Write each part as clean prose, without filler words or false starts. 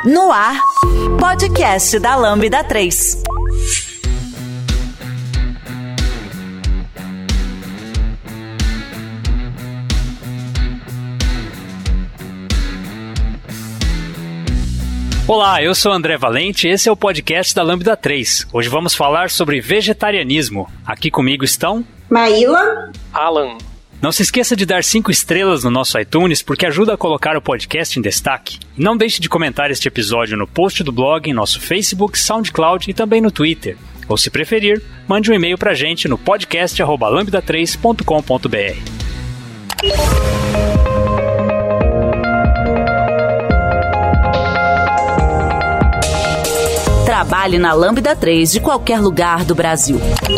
No ar, podcast da Lambda 3. Olá, eu sou André Valente e esse é o podcast da Lambda 3. Hoje vamos falar sobre vegetarianismo. Aqui comigo estão... Maíla, Alan. Não se esqueça de dar 5 estrelas no nosso iTunes, porque ajuda a colocar o podcast em destaque. E não deixe de comentar este episódio no post do blog, em nosso Facebook, SoundCloud e também no Twitter. Ou se preferir, mande um e-mail pra gente no podcast@lambda3.com.br. Trabalhe na Lambda 3 de qualquer lugar do Brasil.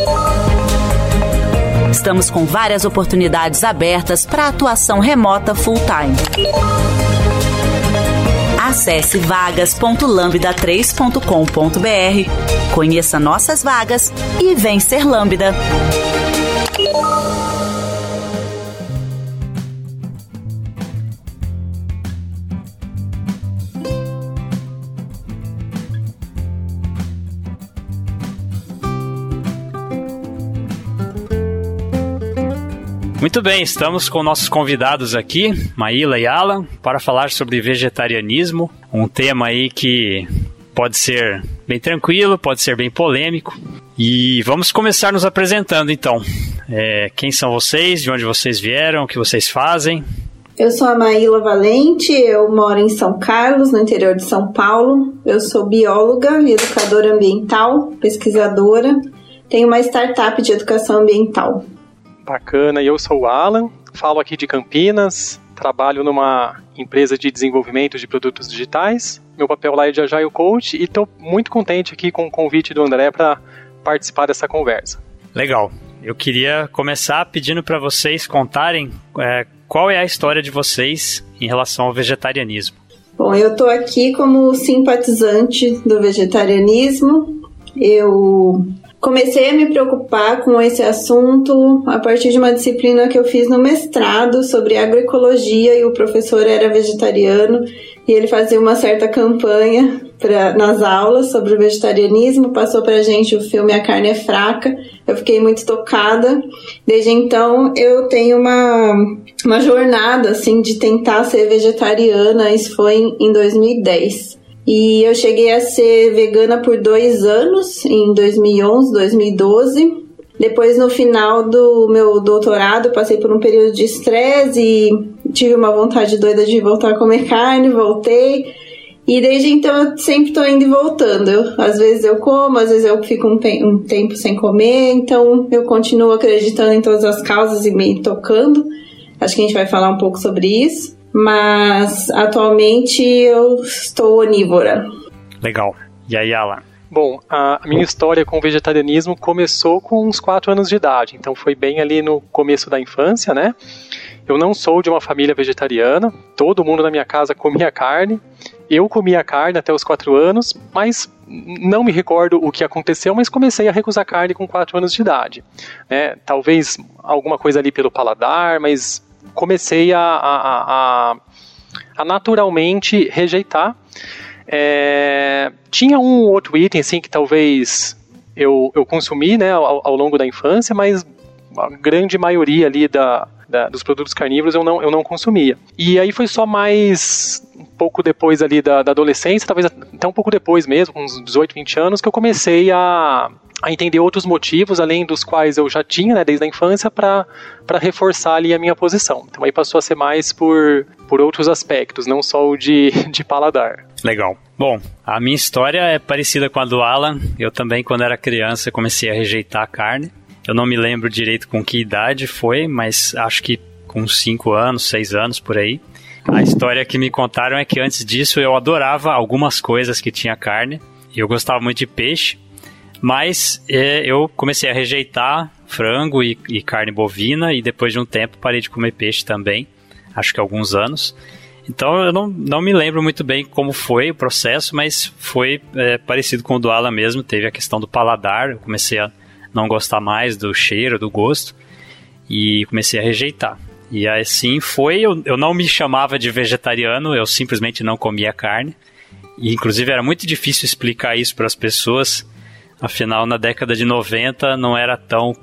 Estamos com várias oportunidades abertas para atuação remota full-time. Acesse vagas.lambda3.com.br, conheça nossas vagas e vem ser Lambda. Muito bem, estamos com nossos convidados aqui, Maíla e Alan, para falar sobre vegetarianismo, um tema aí que pode ser bem tranquilo, pode ser bem polêmico. E vamos começar nos apresentando então. Quem são vocês, de onde vocês vieram, o que vocês fazem? eu sou a Maíla Valente, eu moro em São Carlos, no interior de São Paulo. Eu sou bióloga e educadora ambiental, pesquisadora. Tenho uma startup de educação ambiental. Bacana, eu sou o Alan, falo aqui de Campinas, trabalho numa empresa de desenvolvimento de produtos digitais. Meu papel lá é de Agile Coach e estou muito contente aqui com o convite do André para participar dessa conversa. Legal. Eu queria começar pedindo para vocês contarem qual é a história de vocês em relação ao vegetarianismo. Bom, eu estou aqui como simpatizante do vegetarianismo. Eu comecei a me preocupar com esse assunto a partir de uma disciplina que eu fiz no mestrado sobre agroecologia, e o professor era vegetariano e ele fazia uma certa campanha nas aulas sobre o vegetarianismo, passou pra gente o filme A Carne é Fraca. Eu fiquei muito tocada. Desde então eu tenho uma jornada assim, de tentar ser vegetariana. Isso foi em 2010. E eu cheguei a ser vegana por 2 anos, em 2011, 2012. Depois, no final do meu doutorado, passei por um período de estresse e tive uma vontade doida de voltar a comer carne, voltei. E desde então eu sempre estou indo e voltando. Às vezes eu como, às vezes eu fico um tempo sem comer. Então eu continuo acreditando em todas as causas e me tocando. Acho que a gente vai falar um pouco sobre isso. Mas atualmente eu estou onívora. Legal. E aí, Alan? Bom, a minha história com o vegetarianismo começou com uns 4 anos de idade, então foi bem ali no começo da infância, né? Eu não sou de uma família vegetariana, todo mundo na minha casa comia carne, eu comia carne até os 4 anos, mas não me recordo o que aconteceu, mas comecei a recusar carne com 4 anos de idade, né? Talvez alguma coisa ali pelo paladar, mas comecei a naturalmente rejeitar. Tinha um outro item assim, que talvez eu consumi, né, ao longo da infância, mas a grande maioria ali dos produtos carnívoros eu não consumia. E aí foi só mais um pouco depois ali da adolescência, talvez até um pouco depois mesmo, com uns 18, 20 anos, que eu comecei a entender outros motivos, além dos quais eu já tinha, né, desde a infância, para reforçar ali a minha posição. Então aí passou a ser mais por outros aspectos, não só o de paladar. Legal. Bom, a minha história é parecida com a do Alan. Eu também, quando era criança, comecei a rejeitar a carne. Eu não me lembro direito com que idade foi, mas acho que com 5 anos, 6 anos, por aí. A história que me contaram é que antes disso eu adorava algumas coisas que tinha carne. Eu gostava muito de peixe. Mas eu comecei a rejeitar frango e carne bovina, e depois de um tempo parei de comer peixe também, acho que alguns anos. Então eu não me lembro muito bem como foi o processo, mas foi parecido com o do Alan mesmo. Teve a questão do paladar, eu comecei a não gostar mais do cheiro, do gosto, e comecei a rejeitar. E assim foi, eu não me chamava de vegetariano, eu simplesmente não comia carne. E, inclusive, era muito difícil explicar isso para as pessoas. Afinal, na década de 90 não era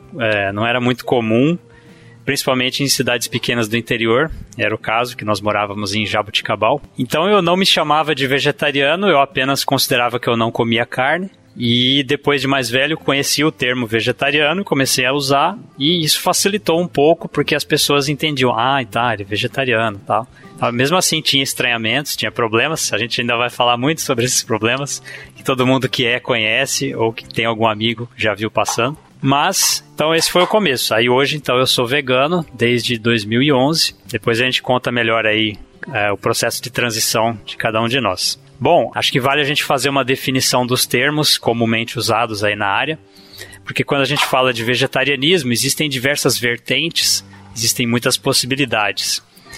muito comum, principalmente em cidades pequenas do interior. Era o caso, que nós morávamos em Jaboticabal. Então eu não me chamava de vegetariano, eu apenas considerava que eu não comia carne. E depois de mais velho, conheci o termo vegetariano, comecei a usar, e isso facilitou um pouco, porque as pessoas entendiam, ele é vegetariano e tal. Mesmo assim, tinha estranhamentos, tinha problemas, a gente ainda vai falar muito sobre esses problemas, que todo mundo que conhece, ou que tem algum amigo já viu passando. Mas, então esse foi o começo. Aí hoje, então, eu sou vegano desde 2011, depois a gente conta melhor aí o processo de transição de cada um de nós. Bom, acho que vale a gente fazer uma definição dos termos comumente usados aí na área, porque quando a gente fala de vegetarianismo, existem diversas vertentes, existem muitas possibilidades.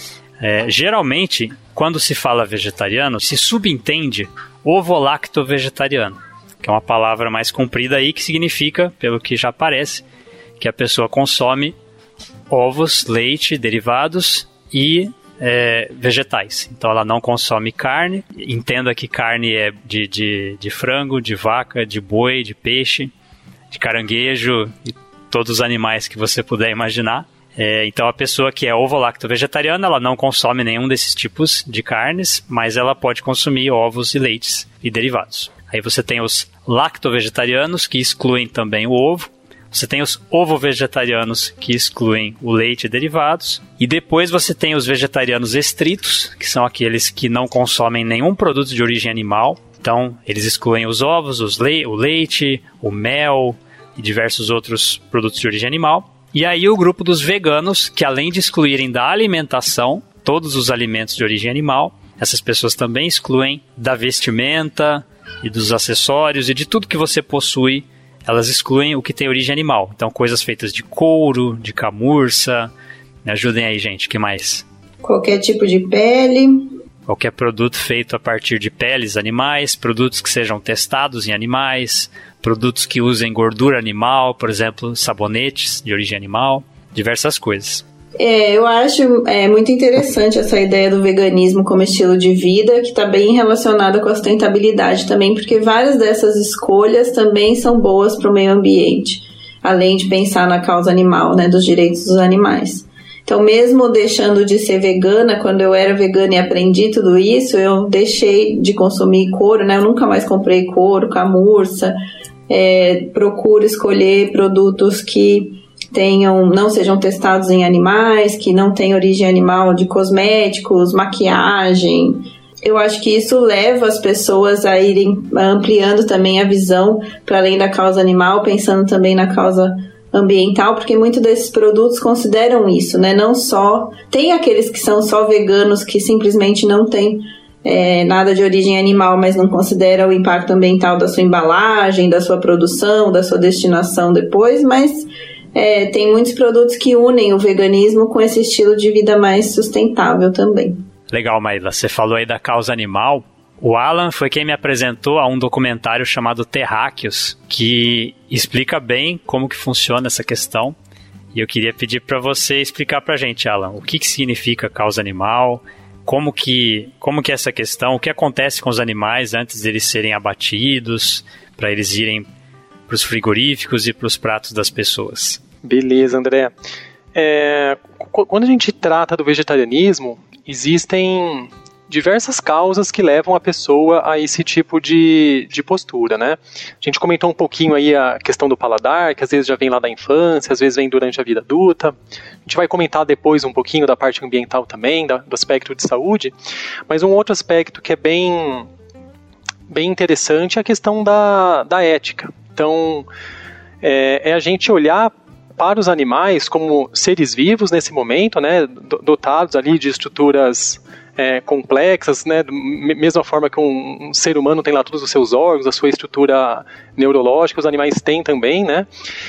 Geralmente, quando se fala vegetariano, se subentende ovo-lacto-vegetariano, que é uma palavra mais comprida aí, que significa, pelo que já parece, que a pessoa consome ovos, leite, derivados e vegetais. Então ela não consome carne. Entenda que carne é de frango, de vaca, de boi, de peixe, de caranguejo e todos os animais que você puder imaginar. Então a pessoa que é ovo-lacto-vegetariana, ela não consome nenhum desses tipos de carnes, mas ela pode consumir ovos e leites e derivados. Aí você tem os lacto-vegetarianos, que excluem também o ovo. Você tem os ovo-vegetarianos, que excluem o leite e derivados. E depois você tem os vegetarianos estritos, que são aqueles que não consomem nenhum produto de origem animal. Então, eles excluem os ovos, o leite, o mel e diversos outros produtos de origem animal. E aí o grupo dos veganos, que além de excluírem da alimentação todos os alimentos de origem animal, essas pessoas também excluem da vestimenta e dos acessórios e de tudo que você possui. Elas excluem o que tem origem animal. Então, coisas feitas de couro, de camurça. Me ajudem aí, gente. O que mais? Qualquer tipo de pele. Qualquer produto feito a partir de peles animais. Produtos que sejam testados em animais. Produtos que usem gordura animal. Por exemplo, sabonetes de origem animal. Diversas coisas. Eu acho muito interessante essa ideia do veganismo como estilo de vida, que está bem relacionada com a sustentabilidade também, porque várias dessas escolhas também são boas para o meio ambiente, além de pensar na causa animal, né, dos direitos dos animais. Então, mesmo deixando de ser vegana, quando eu era vegana e aprendi tudo isso, eu deixei de consumir couro, né, eu nunca mais comprei couro, camurça, procuro escolher produtos que não sejam testados em animais, que não tenham origem animal, de cosméticos, maquiagem. Eu acho que isso leva as pessoas a irem ampliando também a visão para além da causa animal, pensando também na causa ambiental, porque muitos desses produtos consideram isso, né? Não só... Tem aqueles que são só veganos, que simplesmente não têm nada de origem animal, mas não considera o impacto ambiental da sua embalagem, da sua produção, da sua destinação depois, mas... tem muitos produtos que unem o veganismo com esse estilo de vida mais sustentável também. Legal, Maíla. Você falou aí da causa animal. O Alan foi quem me apresentou a um documentário chamado Terráqueos, que explica bem como que funciona essa questão. E eu queria pedir para você explicar para a gente, Alan, o que significa causa animal, como que é essa questão, o que acontece com os animais antes de eles serem abatidos, para eles irem para os frigoríficos e para os pratos das pessoas. Beleza, André. Quando a gente trata do vegetarianismo, existem diversas causas que levam a pessoa a esse tipo de postura, né? A gente comentou um pouquinho aí a questão do paladar, que às vezes já vem lá da infância, às vezes vem durante a vida adulta. A gente vai comentar depois um pouquinho da parte ambiental também, do aspecto de saúde, mas um outro aspecto que é bem interessante é a questão da ética. Então, a gente olhar para os animais como seres vivos nesse momento, né, dotados ali de estruturas complexas, né, da mesma forma que um ser humano tem lá todos os seus órgãos, a sua estrutura neurológica, os animais têm também, né,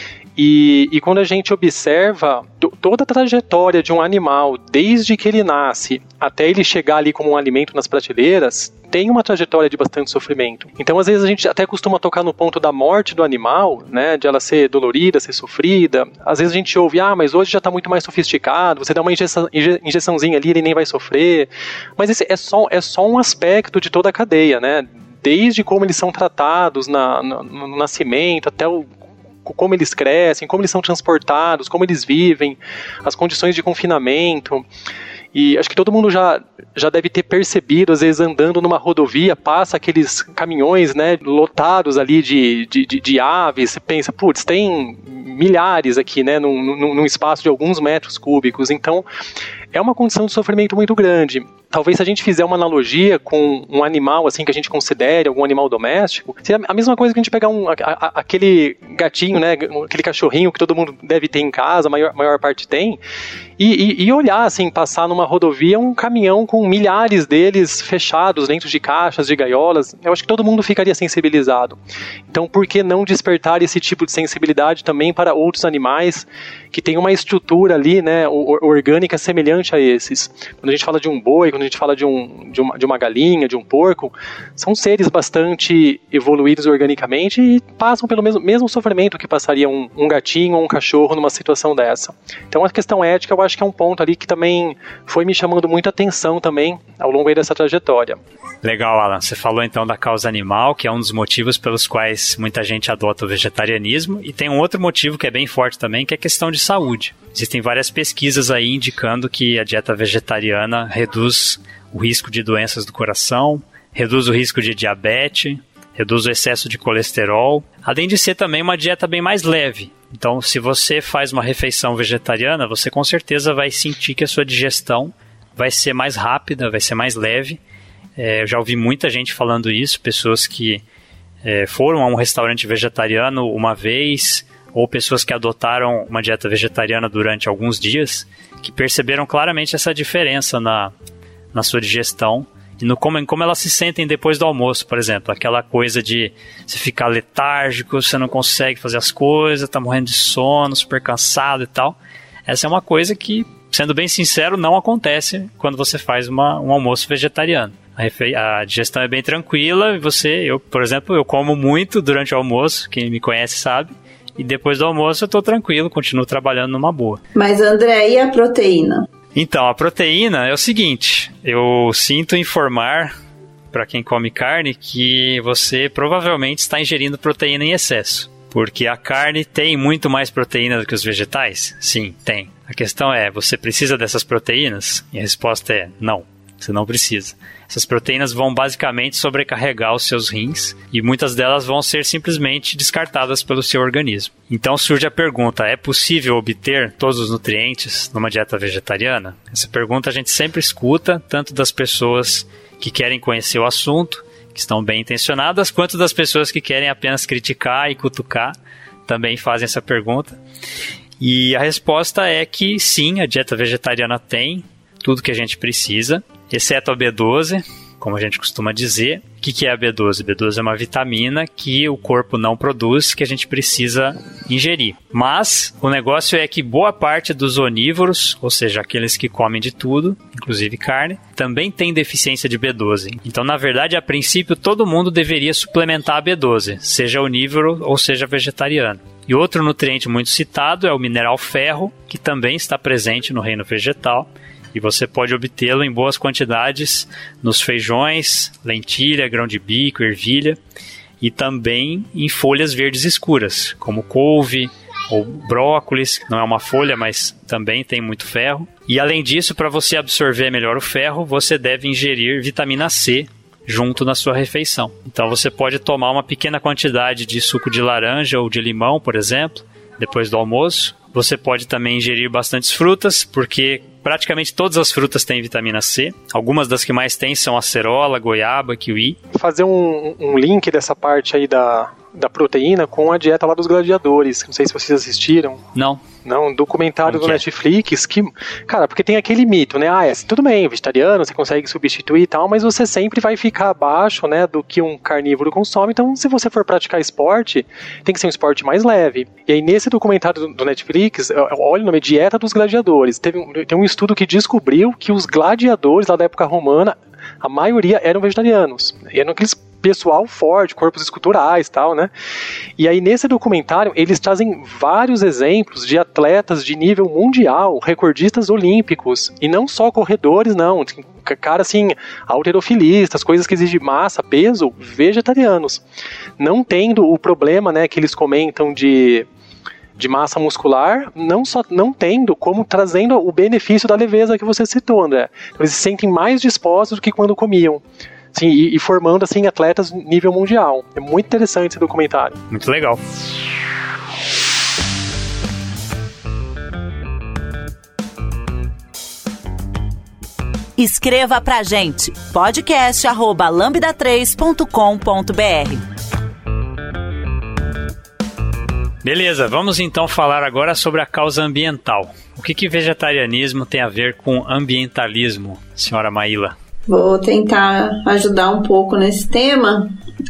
e quando a gente observa toda a trajetória de um animal, desde que ele nasce até ele chegar ali como um alimento nas prateleiras, tem uma trajetória de bastante sofrimento. Então, às vezes, a gente até costuma tocar no ponto da morte do animal, né, de ela ser dolorida, ser sofrida. Às vezes a gente ouve, mas hoje já está muito mais sofisticado, você dá uma injeçãozinha ali, ele nem vai sofrer. Mas esse é só um aspecto de toda a cadeia, né? Desde como eles são tratados no nascimento, até como eles crescem, como eles são transportados, como eles vivem, as condições de confinamento. E acho que todo mundo já deve ter percebido, às vezes andando numa rodovia, passa aqueles caminhões, né, lotados ali de aves, você pensa, putz, tem milhares aqui, né, num espaço de alguns metros cúbicos. Então, é uma condição de sofrimento muito grande. Talvez se a gente fizer uma analogia com um animal assim que a gente considere algum animal doméstico, seria a mesma coisa que a gente pegar aquele gatinho, né, aquele cachorrinho que todo mundo deve ter em casa, a maior parte tem, e olhar assim, passar numa rodovia um caminhão com milhares deles fechados dentro de caixas, de gaiolas. Eu acho que todo mundo ficaria sensibilizado. Então, por que não despertar esse tipo de sensibilidade também para outros animais que têm uma estrutura ali, né, orgânica semelhante a esses? Quando a gente fala de um boi, quando a gente fala de uma galinha, de um porco, são seres bastante evoluídos organicamente e passam pelo mesmo sofrimento que passaria um gatinho ou um cachorro numa situação dessa. Então a questão ética eu acho que é um ponto ali que também foi me chamando muita atenção também ao longo aí dessa trajetória. Legal, Alan. Você falou então da causa animal, que é um dos motivos pelos quais muita gente adota o vegetarianismo, e tem um outro motivo que é bem forte também, que é a questão de saúde. Existem várias pesquisas aí indicando que a dieta vegetariana reduz o risco de doenças do coração, reduz o risco de diabetes, reduz o excesso de colesterol, além de ser também uma dieta bem mais leve. Então, se você faz uma refeição vegetariana, você com certeza vai sentir que a sua digestão vai ser mais rápida, vai ser mais leve. Eu já ouvi muita gente falando isso, pessoas que foram a um restaurante vegetariano uma vez, ou pessoas que adotaram uma dieta vegetariana durante alguns dias, que perceberam claramente essa diferença na sua digestão e em como elas se sentem depois do almoço, por exemplo. Aquela coisa de você ficar letárgico, você não consegue fazer as coisas, tá morrendo de sono, super cansado e tal. Essa é uma coisa que, sendo bem sincero, não acontece quando você faz um almoço vegetariano. A digestão é bem tranquila e eu, por exemplo, eu como muito durante o almoço, quem me conhece sabe, e depois do almoço eu tô tranquilo, continuo trabalhando numa boa. Mas, André, e a proteína? Então, a proteína é o seguinte, eu sinto informar para quem come carne que você provavelmente está ingerindo proteína em excesso. Porque a carne tem muito mais proteína do que os vegetais? Sim, tem. A questão é, você precisa dessas proteínas? E a resposta é não, você não precisa. Essas proteínas vão basicamente sobrecarregar os seus rins e muitas delas vão ser simplesmente descartadas pelo seu organismo. Então surge a pergunta, é possível obter todos os nutrientes numa dieta vegetariana? Essa pergunta a gente sempre escuta, tanto das pessoas que querem conhecer o assunto, que estão bem intencionadas, quanto das pessoas que querem apenas criticar e cutucar, também fazem essa pergunta. E a resposta é que sim, a dieta vegetariana tem tudo que a gente precisa, exceto a B12, como a gente costuma dizer. O que é a B12? B12 é uma vitamina que o corpo não produz, que a gente precisa ingerir. Mas o negócio é que boa parte dos onívoros, ou seja, aqueles que comem de tudo, inclusive carne, também tem deficiência de B12. Então, na verdade, a princípio, todo mundo deveria suplementar a B12, seja onívoro ou seja vegetariano. E outro nutriente muito citado é o mineral ferro, que também está presente no reino vegetal. E você pode obtê-lo em boas quantidades nos feijões, lentilha, grão de bico, ervilha e também em folhas verdes escuras, como couve ou brócolis, que não é uma folha, mas também tem muito ferro. E além disso, para você absorver melhor o ferro, você deve ingerir vitamina C junto na sua refeição. Então você pode tomar uma pequena quantidade de suco de laranja ou de limão, por exemplo, depois do almoço. Você pode também ingerir bastantes frutas, porque praticamente todas as frutas têm vitamina C. Algumas das que mais tem são acerola, goiaba, kiwi. Fazer um link dessa parte aí da proteína com a dieta lá dos gladiadores. Não sei se vocês assistiram. Não, um documentário do Netflix que... Cara, porque tem aquele mito, né? Tudo bem, vegetariano, você consegue substituir e tal, mas você sempre vai ficar abaixo, né, do que um carnívoro consome. Então, se você for praticar esporte, tem que ser um esporte mais leve. E aí, nesse documentário do Netflix, olha o nome, Dieta dos Gladiadores. Tem um estudo que descobriu que os gladiadores lá da época romana, a maioria eram vegetarianos. Eram aqueles pessoal forte, corpos esculturais e tal, né? E aí nesse documentário eles trazem vários exemplos de atletas de nível mundial, recordistas olímpicos, e não só corredores, não. Cara, assim, halterofilistas, coisas que exigem massa, peso, vegetarianos. Não tendo o problema, né, que eles comentam de massa muscular, não tendo, como trazendo o benefício da leveza que você citou, André. Então, eles se sentem mais dispostos do que quando comiam. Sim, e formando assim atletas nível mundial. É muito interessante esse documentário. Muito legal. Escreva pra gente, podcast@lambda3.com.br. Beleza, vamos então falar agora sobre a causa ambiental. O que vegetarianismo tem a ver com ambientalismo, senhora Maíla? Vou tentar ajudar um pouco nesse tema.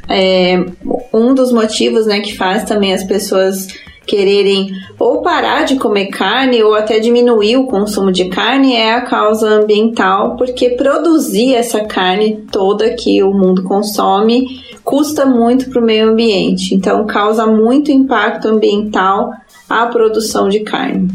Um dos motivos, né, que faz também as pessoas quererem ou parar de comer carne ou até diminuir o consumo de carne é a causa ambiental, porque produzir essa carne toda que o mundo consome custa muito para o meio ambiente. Então, causa muito impacto ambiental a produção de carne.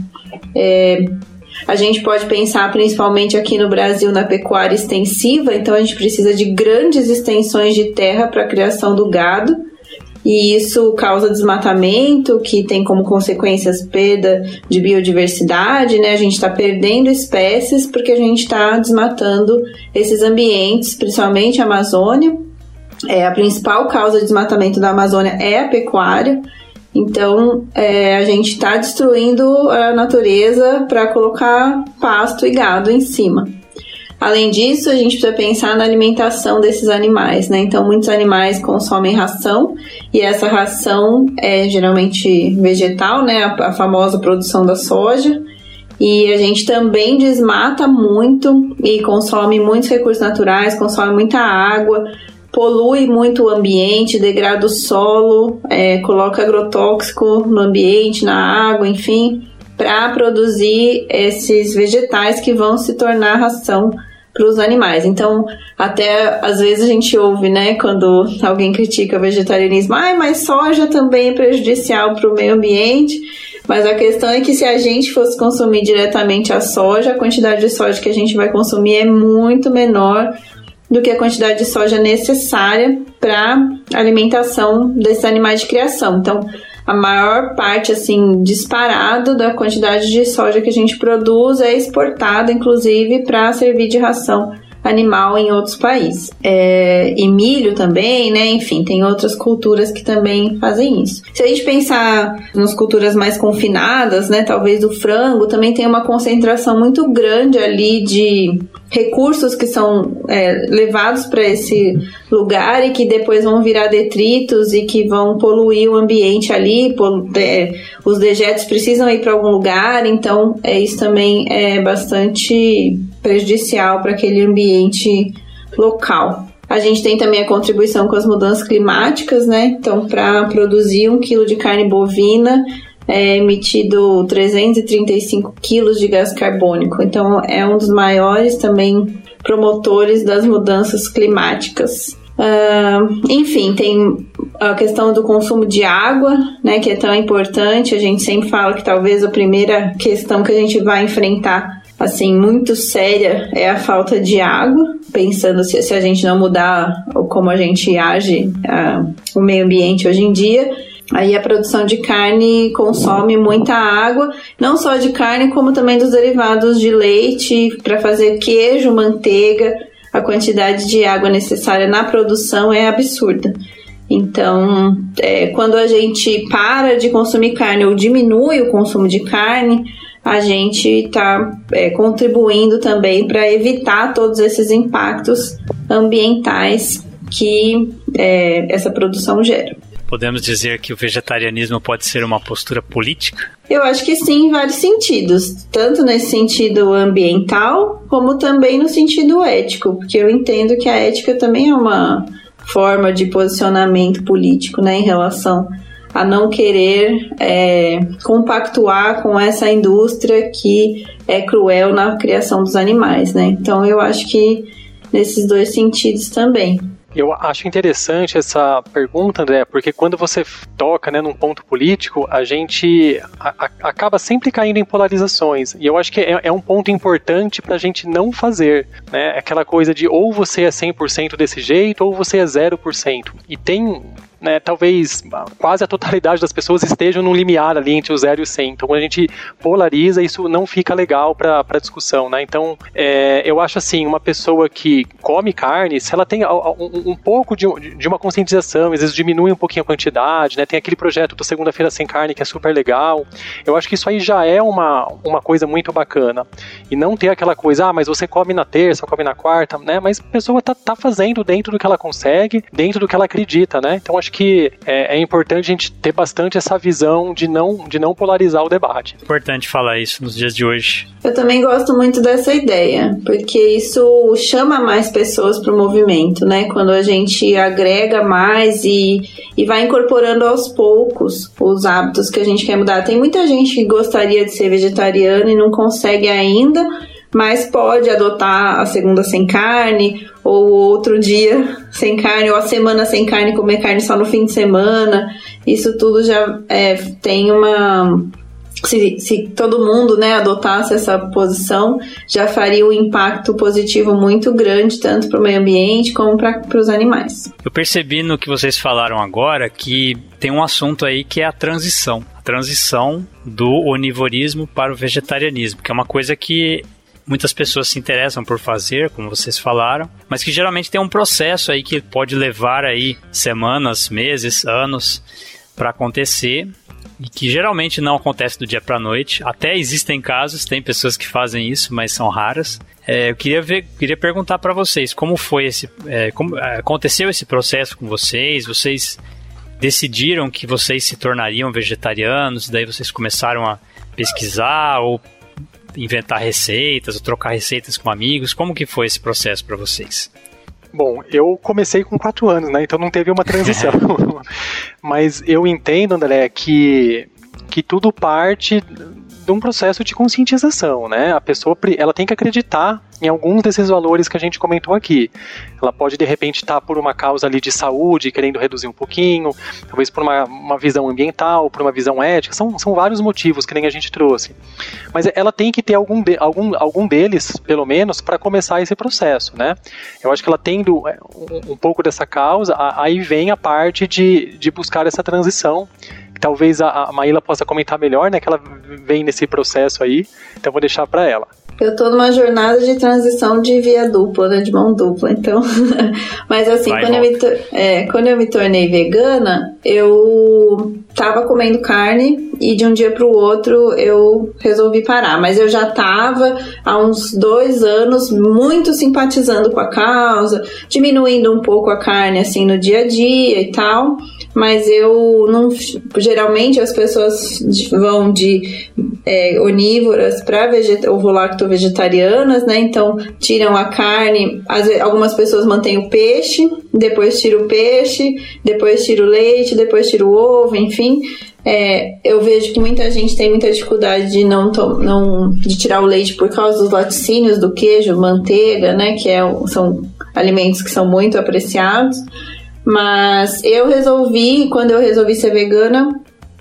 A gente pode pensar principalmente aqui no Brasil na pecuária extensiva, então a gente precisa de grandes extensões de terra para a criação do gado, e isso causa desmatamento, que tem como consequências perda de biodiversidade, né? A gente está perdendo espécies porque a gente está desmatando esses ambientes, principalmente a Amazônia. A principal causa de desmatamento da Amazônia é a pecuária. Então, a gente está destruindo a natureza para colocar pasto e gado em cima. Além disso, a gente precisa pensar na alimentação desses animais, né? Então, muitos animais consomem ração, e essa ração é geralmente vegetal, né? A famosa produção da soja. E a gente também desmata muito e consome muitos recursos naturais, consome muita água, polui muito o ambiente, degrada o solo, coloca agrotóxico no ambiente, na água, enfim, para produzir esses vegetais que vão se tornar ração para os animais. Então, até às vezes a gente ouve, né, quando alguém critica o vegetarianismo, mas soja também é prejudicial para o meio ambiente. Mas a questão é que se a gente fosse consumir diretamente a soja, a quantidade de soja que a gente vai consumir é muito menor do que a quantidade de soja necessária para a alimentação desses animais de criação. Então, a maior parte, assim, disparado da quantidade de soja que a gente produz é exportada, inclusive, para servir de ração animal em outros países. E milho também, né? Enfim, tem outras culturas que também fazem isso. Se a gente pensar nas culturas mais confinadas, né? Talvez do frango, também tem uma concentração muito grande ali de recursos que são levados para esse lugar e que depois vão virar detritos e que vão poluir o ambiente ali. Os dejetos precisam ir para algum lugar, então isso também é bastante prejudicial para aquele ambiente local. A gente tem também a contribuição com as mudanças climáticas, né? Então, para produzir 1 quilo de carne bovina é emitido 335 quilos de gás carbônico. Então, é um dos maiores também promotores das mudanças climáticas. Enfim, tem a questão do consumo de água, né, que é tão importante. A gente sempre fala que talvez a primeira questão que a gente vai enfrentar, assim, muito séria, é a falta de água, pensando se a gente não mudar como a gente age o meio ambiente hoje em dia. Aí a produção de carne consome muita água, não só de carne, como também dos derivados de leite, para fazer queijo, manteiga. A quantidade de água necessária na produção é absurda. Então, quando a gente para de consumir carne ou diminui o consumo de carne, a gente está contribuindo também para evitar todos esses impactos ambientais que essa produção gera. Podemos dizer que o vegetarianismo pode ser uma postura política? Eu acho que sim, em vários sentidos. Tanto nesse sentido ambiental, como também no sentido ético. Porque eu entendo que a ética também é uma forma de posicionamento político, né, em relação a não querer compactuar com essa indústria que é cruel na criação dos animais, né? Então, eu acho que nesses dois sentidos também. Eu acho interessante essa pergunta, André, porque quando você toca, né, num ponto político, a gente acaba sempre caindo em polarizações. E eu acho que é um ponto importante pra gente não fazer, né? Aquela coisa de ou você é 100% desse jeito ou você é 0%. E tem... né, talvez quase a totalidade das pessoas estejam no limiar ali entre o 0 e o 100. Então, quando a gente polariza, isso não fica legal para discussão, né? Então, eu acho assim, uma pessoa que come carne, se ela tem um pouco de uma conscientização, às vezes diminui um pouquinho a quantidade, né? Tem aquele projeto do Segunda-feira Sem Carne que é super legal. Eu acho que isso aí já é uma coisa muito bacana. E não ter aquela coisa, mas você come na terça, come na quarta, né? Mas a pessoa tá fazendo dentro do que ela consegue, dentro do que ela acredita, né? Então, acho que é importante a gente ter bastante essa visão de não polarizar o debate. Importante falar isso nos dias de hoje. Eu também gosto muito dessa ideia, porque isso chama mais pessoas para o movimento, né? Quando a gente agrega mais e vai incorporando aos poucos os hábitos que a gente quer mudar. Tem muita gente que gostaria de ser vegetariana e não consegue ainda, mas pode adotar a segunda sem carne, ou outro dia sem carne, ou a semana sem carne, comer carne só no fim de semana. Isso tudo já tem uma... Se todo mundo, né, adotasse essa posição, já faria um impacto positivo muito grande, tanto para o meio ambiente como para os animais. Eu percebi no que vocês falaram agora que tem um assunto aí que é a transição. A transição do onivorismo para o vegetarianismo, que é uma coisa que muitas pessoas se interessam por fazer, como vocês falaram, mas que geralmente tem um processo aí que pode levar aí semanas, meses, anos para acontecer, e que geralmente não acontece do dia para a noite. Até existem casos, tem pessoas que fazem isso, mas são raras. Eu queria perguntar para vocês, como foi como aconteceu esse processo com vocês? Vocês decidiram que vocês se tornariam vegetarianos, daí vocês começaram a pesquisar ou inventar receitas, ou trocar receitas com amigos? Como que foi esse processo para vocês? Bom, eu comecei com 4 anos, né? Então não teve uma transição. Mas eu entendo, André, que tudo parte de um processo de conscientização, né? A pessoa, ela tem que acreditar em alguns desses valores que a gente comentou aqui. Ela pode, de repente, estar por uma causa ali de saúde, querendo reduzir um pouquinho, talvez por uma visão ambiental, por uma visão ética, são vários motivos que nem a gente trouxe. Mas ela tem que ter algum deles, pelo menos, para começar esse processo, né? Eu acho que ela tendo um pouco dessa causa, aí vem a parte de buscar essa transição. Talvez a Maíla possa comentar melhor, né, que ela vem nesse processo aí, então vou deixar para ela. Eu tô numa jornada de transição de via dupla, né, de mão dupla, então... Mas assim, quando eu me tornei vegana, eu tava comendo carne e de um dia pro outro eu resolvi parar. Mas eu já tava há uns 2 anos muito simpatizando com a causa, diminuindo um pouco a carne assim no dia a dia e tal... Mas eu não... Geralmente as pessoas vão de onívoras para ovo-lacto-vegetarianas, né? Então, tiram a carne. Algumas pessoas mantêm o peixe, depois tiram o peixe, depois tiram o leite, depois tiram o ovo, enfim... eu vejo que muita gente tem muita dificuldade de tirar o leite por causa dos laticínios, do queijo, manteiga, né? Que são alimentos que são muito apreciados. Mas quando eu resolvi ser vegana,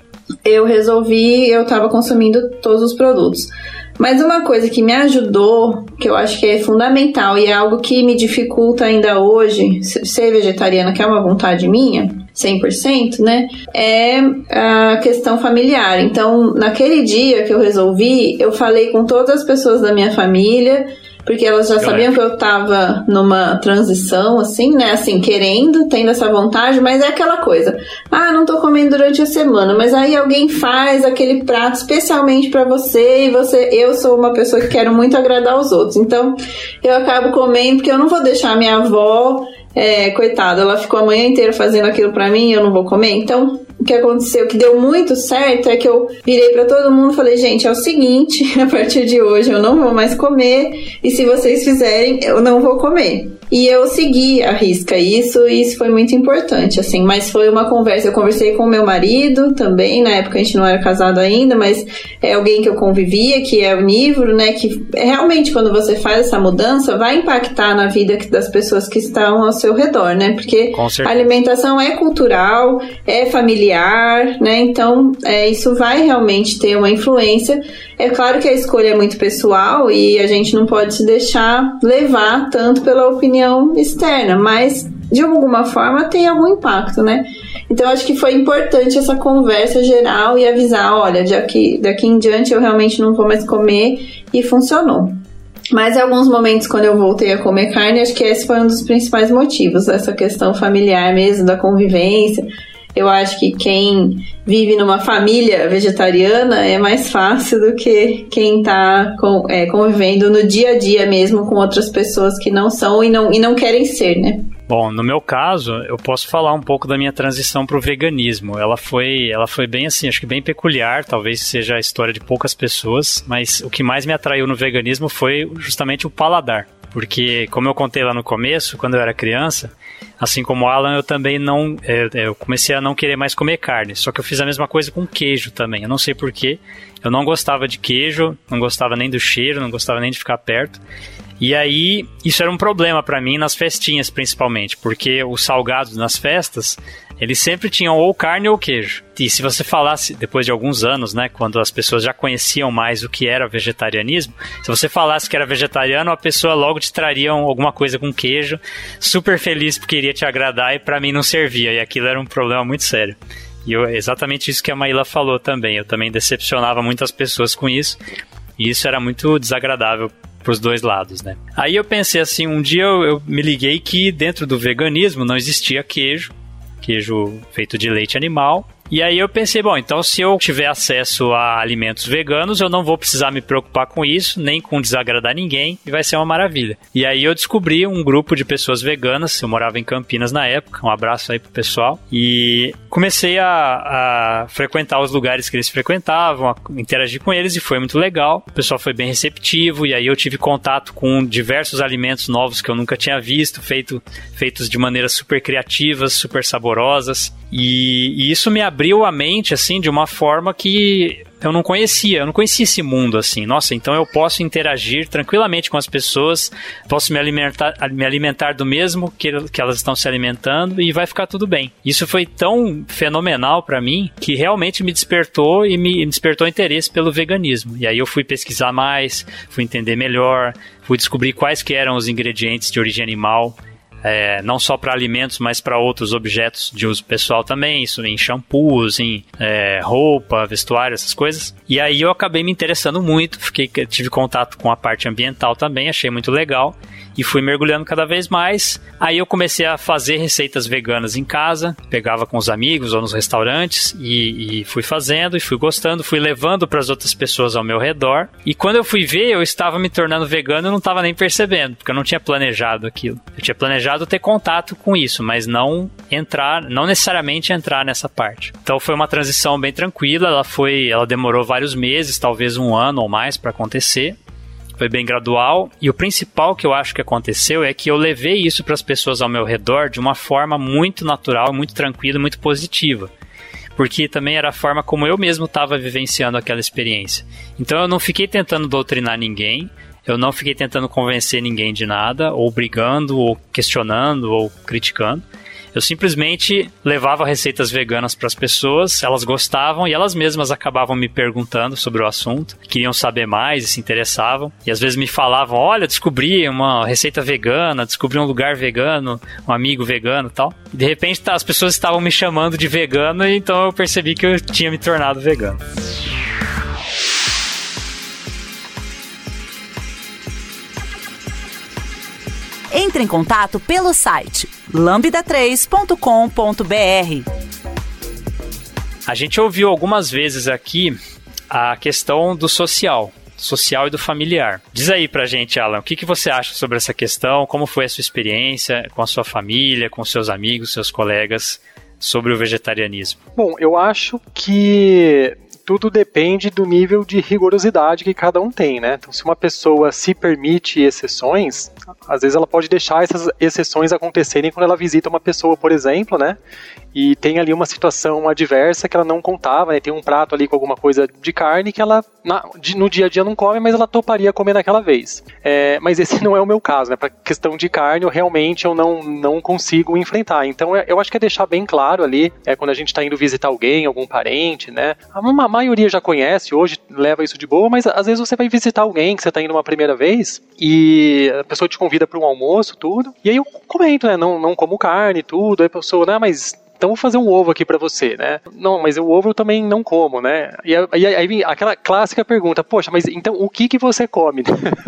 eu tava consumindo todos os produtos. Mas uma coisa que me ajudou, que eu acho que é fundamental e é algo que me dificulta ainda hoje, ser vegetariana, que é uma vontade minha, 100%, né? É a questão familiar. Então, naquele dia que eu resolvi, eu falei com todas as pessoas da minha família, porque elas já sabiam que eu tava numa transição, assim, né? Assim, tendo essa vontade, mas é aquela coisa. Não tô comendo durante a semana, mas aí alguém faz aquele prato especialmente pra você e eu sou uma pessoa que quero muito agradar os outros. Então, eu acabo comendo, porque eu não vou deixar minha avó... coitada, ela ficou a manhã inteira fazendo aquilo pra mim e eu não vou comer. Então, o que aconteceu, que deu muito certo, é que eu virei pra todo mundo e falei, gente, é o seguinte, a partir de hoje eu não vou mais comer e se vocês fizerem, eu não vou comer. E eu segui à risca isso, e isso foi muito importante, assim. Mas foi uma conversa, eu conversei com o meu marido também, na época a gente não era casado ainda, mas é alguém que eu convivia, que é onívoro, né, que realmente quando você faz essa mudança, vai impactar na vida das pessoas que estão ao seu redor, né, porque a alimentação é cultural, é familiar, né, então isso vai realmente ter uma influência. É claro que a escolha é muito pessoal e a gente não pode se deixar levar tanto pela opinião externa, mas de alguma forma tem algum impacto, né? Então acho que foi importante essa conversa geral e avisar, olha, daqui em diante eu realmente não vou mais comer, e funcionou. Mas em alguns momentos, quando eu voltei a comer carne, acho que esse foi um dos principais motivos, essa questão familiar mesmo, da convivência. Eu acho que quem vive numa família vegetariana é mais fácil do que quem está convivendo no dia a dia mesmo com outras pessoas que não são e não querem ser, né? Bom, no meu caso, eu posso falar um pouco da minha transição para o veganismo. Ela foi bem assim, acho que bem peculiar, talvez seja a história de poucas pessoas, mas o que mais me atraiu no veganismo foi justamente o paladar. Porque, como eu contei lá no começo, quando eu era criança, assim como o Alan, eu também eu comecei a não querer mais comer carne. Só que eu fiz a mesma coisa com queijo também. Eu não sei porquê. Eu não gostava de queijo, não gostava nem do cheiro, não gostava nem de ficar perto. E aí, isso era um problema pra mim nas festinhas, principalmente. Porque os salgados nas festas, eles sempre tinham ou carne ou queijo. E se você falasse, depois de alguns anos, né, quando as pessoas já conheciam mais o que era vegetarianismo, se você falasse que era vegetariano, a pessoa logo te traria alguma coisa com queijo, super feliz porque iria te agradar, e pra mim não servia. E aquilo era um problema muito sério. E exatamente isso que a Maíla falou também. Eu também decepcionava muitas pessoas com isso. E isso era muito desagradável para os dois lados, né? Aí eu pensei assim, um dia eu me liguei que dentro do veganismo não existia queijo feito de leite animal. E aí eu pensei, bom, então se eu tiver acesso a alimentos veganos, eu não vou precisar me preocupar com isso, nem com desagradar ninguém, e vai ser uma maravilha. E aí eu descobri um grupo de pessoas veganas, eu morava em Campinas na época, um abraço aí pro pessoal, e comecei a frequentar os lugares que eles frequentavam, a interagir com eles, e foi muito legal. O pessoal foi bem receptivo, e aí eu tive contato com diversos alimentos novos que eu nunca tinha visto, feitos de maneiras super criativas, super saborosas, e isso me abriu a mente, assim, de uma forma que eu não conhecia esse mundo, assim. Nossa, então eu posso interagir tranquilamente com as pessoas, posso me alimentar do mesmo que elas estão se alimentando, e vai ficar tudo bem. Isso foi tão fenomenal pra mim, que realmente me despertou interesse pelo veganismo. E aí eu fui pesquisar mais, fui entender melhor, fui descobrir quais que eram os ingredientes de origem animal, não só para alimentos, mas para outros objetos de uso pessoal também, isso em shampoos, em roupa, vestuário, essas coisas. E aí eu acabei me interessando muito, tive contato com a parte ambiental também, achei muito legal, e fui mergulhando cada vez mais. Aí eu comecei a fazer receitas veganas em casa, pegava com os amigos ou nos restaurantes, e fui fazendo, e fui gostando, fui levando para as outras pessoas ao meu redor. E quando eu fui ver, eu estava me tornando vegano e não estava nem percebendo, porque eu não tinha planejado aquilo. Eu tinha planejado ter contato com isso, mas não necessariamente entrar nessa parte. Então foi uma transição bem tranquila, ela demorou vários meses, talvez um ano ou mais para acontecer. Foi bem gradual, e o principal que eu acho que aconteceu é que eu levei isso para as pessoas ao meu redor de uma forma muito natural, muito tranquila, muito positiva. Porque também era a forma como eu mesmo estava vivenciando aquela experiência. Então eu não fiquei tentando doutrinar ninguém, eu não fiquei tentando convencer ninguém de nada, ou brigando, ou questionando, ou criticando. Eu simplesmente levava receitas veganas para as pessoas, elas gostavam e elas mesmas acabavam me perguntando sobre o assunto, queriam saber mais e se interessavam. E às vezes me falavam, olha, descobri uma receita vegana, descobri um lugar vegano, um amigo vegano e tal. E de repente as pessoas estavam me chamando de vegano, e então eu percebi que eu tinha me tornado vegano. Entre em contato pelo site lambda3.com.br. A gente ouviu algumas vezes aqui a questão do social e do familiar. Diz aí pra gente, Alan, o que você acha sobre essa questão? Como foi a sua experiência com a sua família, com seus amigos, seus colegas, sobre o vegetarianismo? Bom, eu acho que tudo depende do nível de rigorosidade que cada um tem, né? Então, se uma pessoa se permite exceções, às vezes ela pode deixar essas exceções acontecerem quando ela visita uma pessoa, por exemplo, né? E tem ali uma situação adversa que ela não contava, né? Tem um prato ali com alguma coisa de carne que ela no dia a dia não come, mas ela toparia comer naquela vez. Mas esse não é o meu caso, né? Para questão de carne, eu não consigo enfrentar. Então, eu acho que é deixar bem claro ali, quando a gente está indo visitar alguém, algum parente, né? A maioria já conhece, hoje leva isso de boa, mas às vezes você vai visitar alguém que você está indo uma primeira vez e a pessoa te convida para um almoço, tudo, e aí eu comento, né? Não como carne, tudo, aí a pessoa, né? Mas então vou fazer um ovo aqui pra você, né? Não, mas o ovo eu também não como, né? E aí aquela clássica pergunta, poxa, mas então o que você come?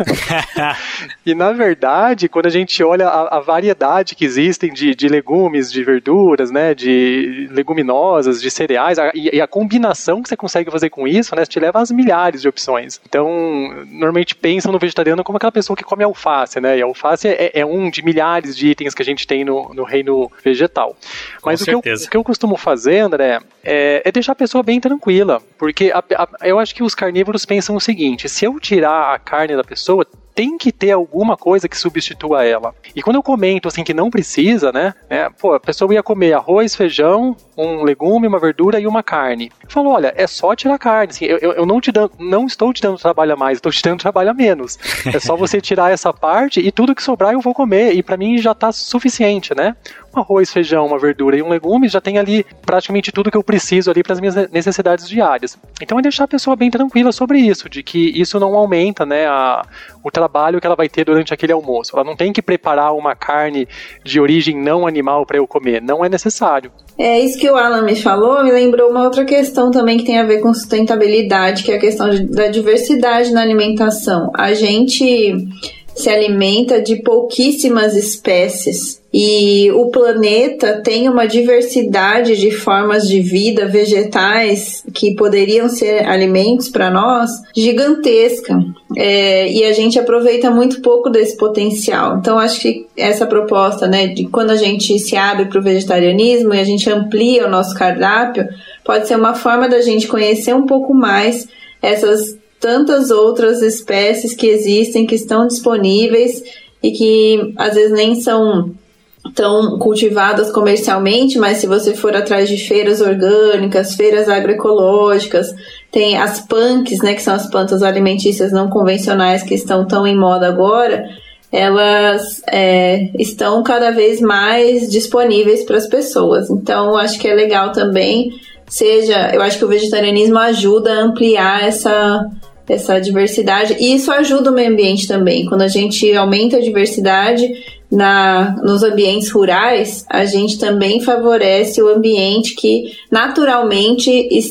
E na verdade, quando a gente olha a variedade que existem de legumes, de verduras, né? De leguminosas, de cereais, e a combinação que você consegue fazer com isso, né? Te leva às milhares de opções. Então, normalmente pensam no vegetariano como aquela pessoa que come alface, né? E a alface é um de milhares de itens que a gente tem no reino vegetal. Mas o que eu costumo fazer, André, é deixar a pessoa bem tranquila, porque eu acho que os carnívoros pensam o seguinte: se eu tirar a carne da pessoa, tem que ter alguma coisa que substitua ela. E quando eu comento assim que não precisa, né? A pessoa ia comer arroz, feijão, um legume, uma verdura e uma carne. Eu falo, olha, é só tirar a carne. Assim, eu não estou te dando trabalho a mais, estou te dando trabalho a menos. É só você tirar essa parte e tudo que sobrar eu vou comer. E para mim já está suficiente, né? Um arroz, feijão, uma verdura e um legume já tem ali praticamente tudo que eu preciso ali para as minhas necessidades diárias. Então é deixar a pessoa bem tranquila sobre isso, de que isso não aumenta, né, o trabalho que ela vai ter durante aquele almoço. Ela não tem que preparar uma carne de origem não animal para eu comer, não é necessário. Isso que o Alan me falou me lembrou uma outra questão também que tem a ver com sustentabilidade, que é a questão da diversidade na alimentação. A gente se alimenta de pouquíssimas espécies e o planeta tem uma diversidade de formas de vida vegetais que poderiam ser alimentos para nós gigantesca, e a gente aproveita muito pouco desse potencial. Então acho que essa proposta, né, de quando a gente se abre para o vegetarianismo e a gente amplia o nosso cardápio, pode ser uma forma da gente conhecer um pouco mais essas tantas outras espécies que existem, que estão disponíveis e que às vezes nem são tão cultivadas comercialmente, mas se você for atrás de feiras orgânicas, feiras agroecológicas, tem as punks, né, que são as plantas alimentícias não convencionais que estão tão em moda agora, elas estão cada vez mais disponíveis para as pessoas. Então, acho que é legal também, eu acho que o vegetarianismo ajuda a ampliar essa diversidade, e isso ajuda o meio ambiente também. Quando a gente aumenta a diversidade nos ambientes rurais, a gente também favorece o ambiente que naturalmente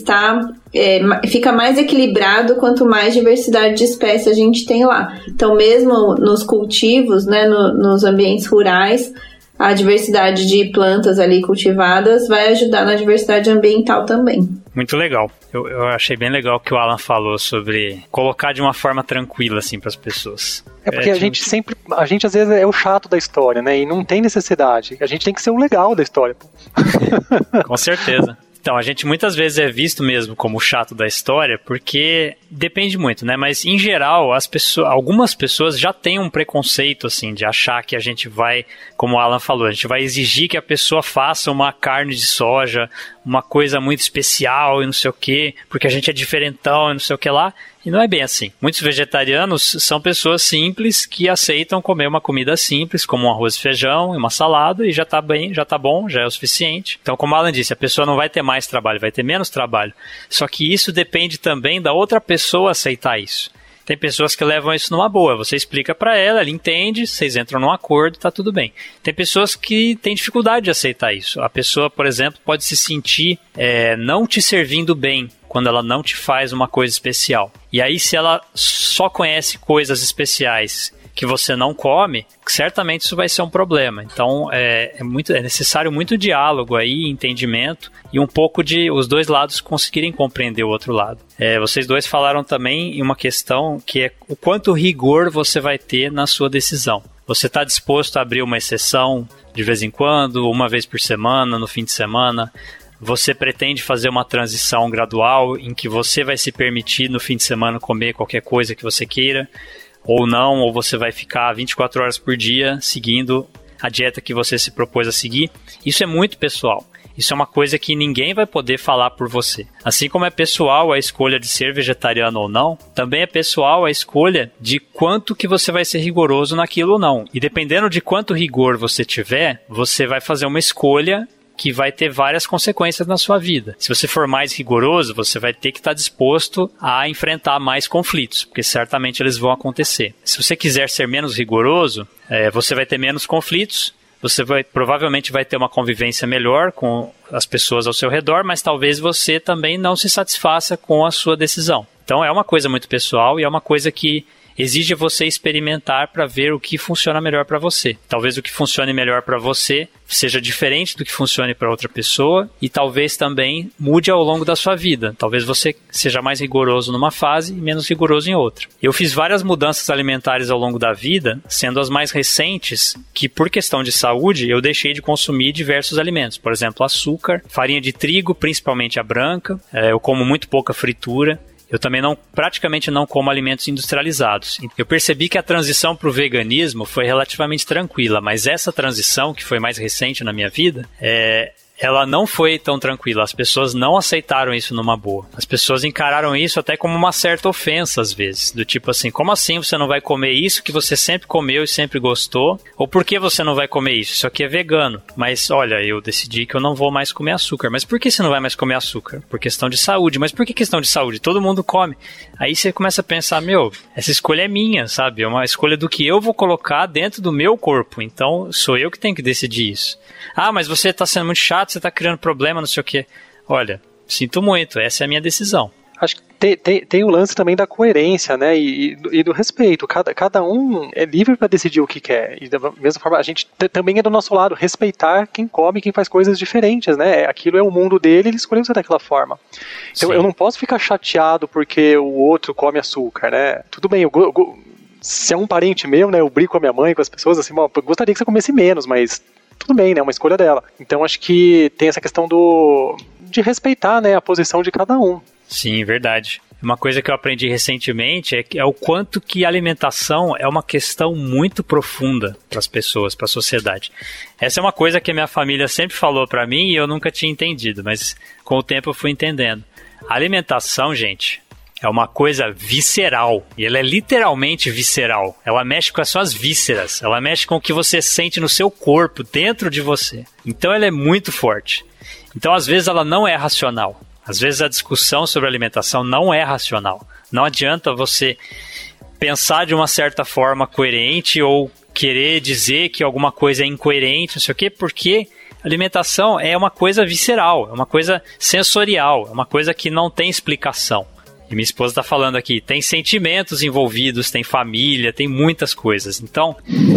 fica mais equilibrado quanto mais diversidade de espécies a gente tem lá. Então, mesmo nos cultivos, né, nos ambientes rurais, a diversidade de plantas ali cultivadas vai ajudar na diversidade ambiental também. Muito legal. Eu achei bem legal o que o Alan falou sobre colocar de uma forma tranquila, assim, para as pessoas. Porque a gente às vezes é o chato da história, né? E não tem necessidade. A gente tem que ser o legal da história. Com certeza. Então, a gente muitas vezes é visto mesmo como o chato da história, porque depende muito, né? Mas, em geral, algumas pessoas já têm um preconceito, assim, de achar que a gente vai, como o Alan falou, a gente vai exigir que a pessoa faça uma carne de soja, uma coisa muito especial e não sei o quê, porque a gente é diferentão e não sei o que lá. E não é bem assim. Muitos vegetarianos são pessoas simples que aceitam comer uma comida simples, como um arroz e feijão e uma salada, e já tá bem, já tá bom, já é o suficiente. Então, como a Alan disse, a pessoa não vai ter mais trabalho, vai ter menos trabalho. Só que isso depende também da outra pessoa aceitar isso. Tem pessoas que levam isso numa boa. Você explica pra ela entende, vocês entram num acordo, tá tudo bem. Tem pessoas que têm dificuldade de aceitar isso. A pessoa, por exemplo, pode se sentir não te servindo bem quando ela não te faz uma coisa especial. E aí, se ela só conhece coisas especiais que você não come, certamente isso vai ser um problema. Então, é necessário muito diálogo aí, entendimento, e um pouco de os dois lados conseguirem compreender o outro lado. Vocês dois falaram também em uma questão que é o quanto rigor você vai ter na sua decisão. Você está disposto a abrir uma exceção de vez em quando, uma vez por semana, no fim de semana? você pretende fazer uma transição gradual em que você vai se permitir no fim de semana comer qualquer coisa que você queira, ou não, ou você vai ficar 24 horas por dia seguindo a dieta que você se propôs a seguir. Isso é muito pessoal. Isso é uma coisa que ninguém vai poder falar por você. Assim como é pessoal a escolha de ser vegetariano ou não, também é pessoal a escolha de quanto que você vai ser rigoroso naquilo ou não. E dependendo de quanto rigor você tiver, você vai fazer uma escolha que vai ter várias consequências na sua vida. Se você for mais rigoroso, você vai ter que estar disposto a enfrentar mais conflitos, porque certamente eles vão acontecer. Se você quiser ser menos rigoroso, você vai ter menos conflitos, você provavelmente vai ter uma convivência melhor com as pessoas ao seu redor, mas talvez você também não se satisfaça com a sua decisão. Então é uma coisa muito pessoal e é uma coisa que exige você experimentar para ver o que funciona melhor para você. Talvez o que funcione melhor para você seja diferente do que funcione para outra pessoa e talvez também mude ao longo da sua vida. Talvez você seja mais rigoroso numa fase e menos rigoroso em outra. Eu fiz várias mudanças alimentares ao longo da vida, sendo as mais recentes que, por questão de saúde, eu deixei de consumir diversos alimentos. Por exemplo, açúcar, farinha de trigo, principalmente a branca. Eu como muito pouca fritura. Eu também praticamente não como alimentos industrializados. Eu percebi que a transição para o veganismo foi relativamente tranquila, mas essa transição, que foi mais recente na minha vida, ela não foi tão tranquila. As pessoas não aceitaram isso numa boa. As pessoas encararam isso até como uma certa ofensa, às vezes. Do tipo assim, como assim você não vai comer isso que você sempre comeu e sempre gostou? Ou por que você não vai comer isso? Isso aqui é vegano. Mas, olha, eu decidi que eu não vou mais comer açúcar. Mas por que você não vai mais comer açúcar? Por questão de saúde. Mas por que questão de saúde? Todo mundo come. Aí você começa a pensar, essa escolha é minha, sabe? É uma escolha do que eu vou colocar dentro do meu corpo. Então, sou eu que tenho que decidir isso. Ah, mas você está sendo muito chato, você está criando problema, não sei o quê. Olha, sinto muito, essa é a minha decisão. Acho que tem o lance também da coerência, né, e do respeito. Cada um é livre para decidir o que quer. E da mesma forma, a gente também é do nosso lado, respeitar quem come, quem faz coisas diferentes, né? Aquilo é o mundo dele, ele escolheu ser daquela forma. Então, sim, eu não posso ficar chateado porque o outro come açúcar, né? Tudo bem, se é um parente meu, né, eu brigo com a minha mãe, com as pessoas, assim, eu gostaria que você comesse menos, mas tudo bem, né, é uma escolha dela. Então acho que tem essa questão de respeitar, né, a posição de cada um. Sim, verdade. Uma coisa que eu aprendi recentemente é o quanto que a alimentação é uma questão muito profunda para as pessoas, para a sociedade. Essa é uma coisa que a minha família sempre falou para mim e eu nunca tinha entendido, mas com o tempo eu fui entendendo. A alimentação, gente, é uma coisa visceral, e ela é literalmente visceral. Ela mexe com as suas vísceras, ela mexe com o que você sente no seu corpo, dentro de você. Então ela é muito forte. Então às vezes ela não é racional. Às vezes a discussão sobre alimentação não é racional. Não adianta você pensar de uma certa forma coerente ou querer dizer que alguma coisa é incoerente, não sei o quê, porque alimentação é uma coisa visceral, é uma coisa sensorial, é uma coisa que não tem explicação. E minha esposa está falando aqui, tem sentimentos envolvidos, tem família, tem muitas coisas. Então,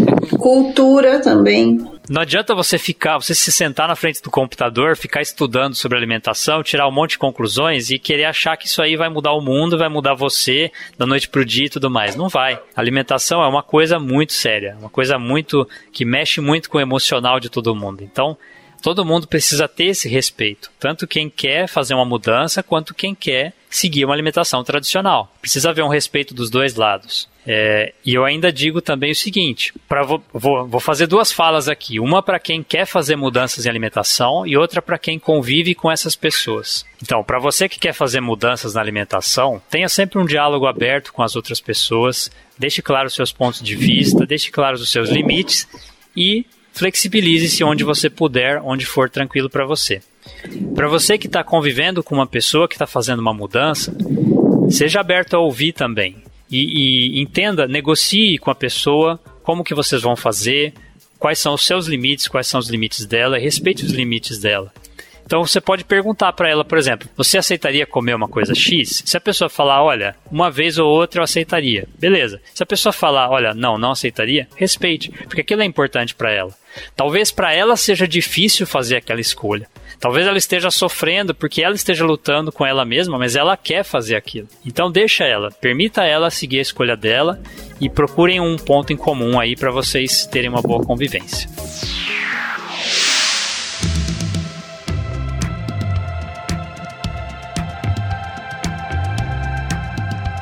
cultura também. Não adianta você se sentar na frente do computador, ficar estudando sobre alimentação, tirar um monte de conclusões e querer achar que isso aí vai mudar o mundo, vai mudar você da noite pro dia e tudo mais. Não vai. A alimentação é uma coisa muito séria, uma coisa que mexe muito com o emocional de todo mundo. Então, todo mundo precisa ter esse respeito, tanto quem quer fazer uma mudança, quanto quem quer seguir uma alimentação tradicional. Precisa haver um respeito dos dois lados. E eu ainda digo também o seguinte, vou fazer duas falas aqui, uma para quem quer fazer mudanças em alimentação e outra para quem convive com essas pessoas. Então, para você que quer fazer mudanças na alimentação, tenha sempre um diálogo aberto com as outras pessoas, deixe claro os seus pontos de vista, deixe claros os seus limites e flexibilize-se onde você puder, onde for tranquilo para você. Para você que está convivendo com uma pessoa que está fazendo uma mudança, seja aberto a ouvir também. E entenda, negocie com a pessoa como que vocês vão fazer, quais são os seus limites, quais são os limites dela, e respeite os limites dela. Então você pode perguntar para ela, por exemplo, você aceitaria comer uma coisa X? Se a pessoa falar, olha, uma vez ou outra eu aceitaria, beleza. Se a pessoa falar, olha, não aceitaria, respeite, porque aquilo é importante para ela. Talvez para ela seja difícil fazer aquela escolha. Talvez ela esteja sofrendo porque ela esteja lutando com ela mesma, mas ela quer fazer aquilo. Então deixa ela, permita ela seguir a escolha dela e procurem um ponto em comum aí para vocês terem uma boa convivência.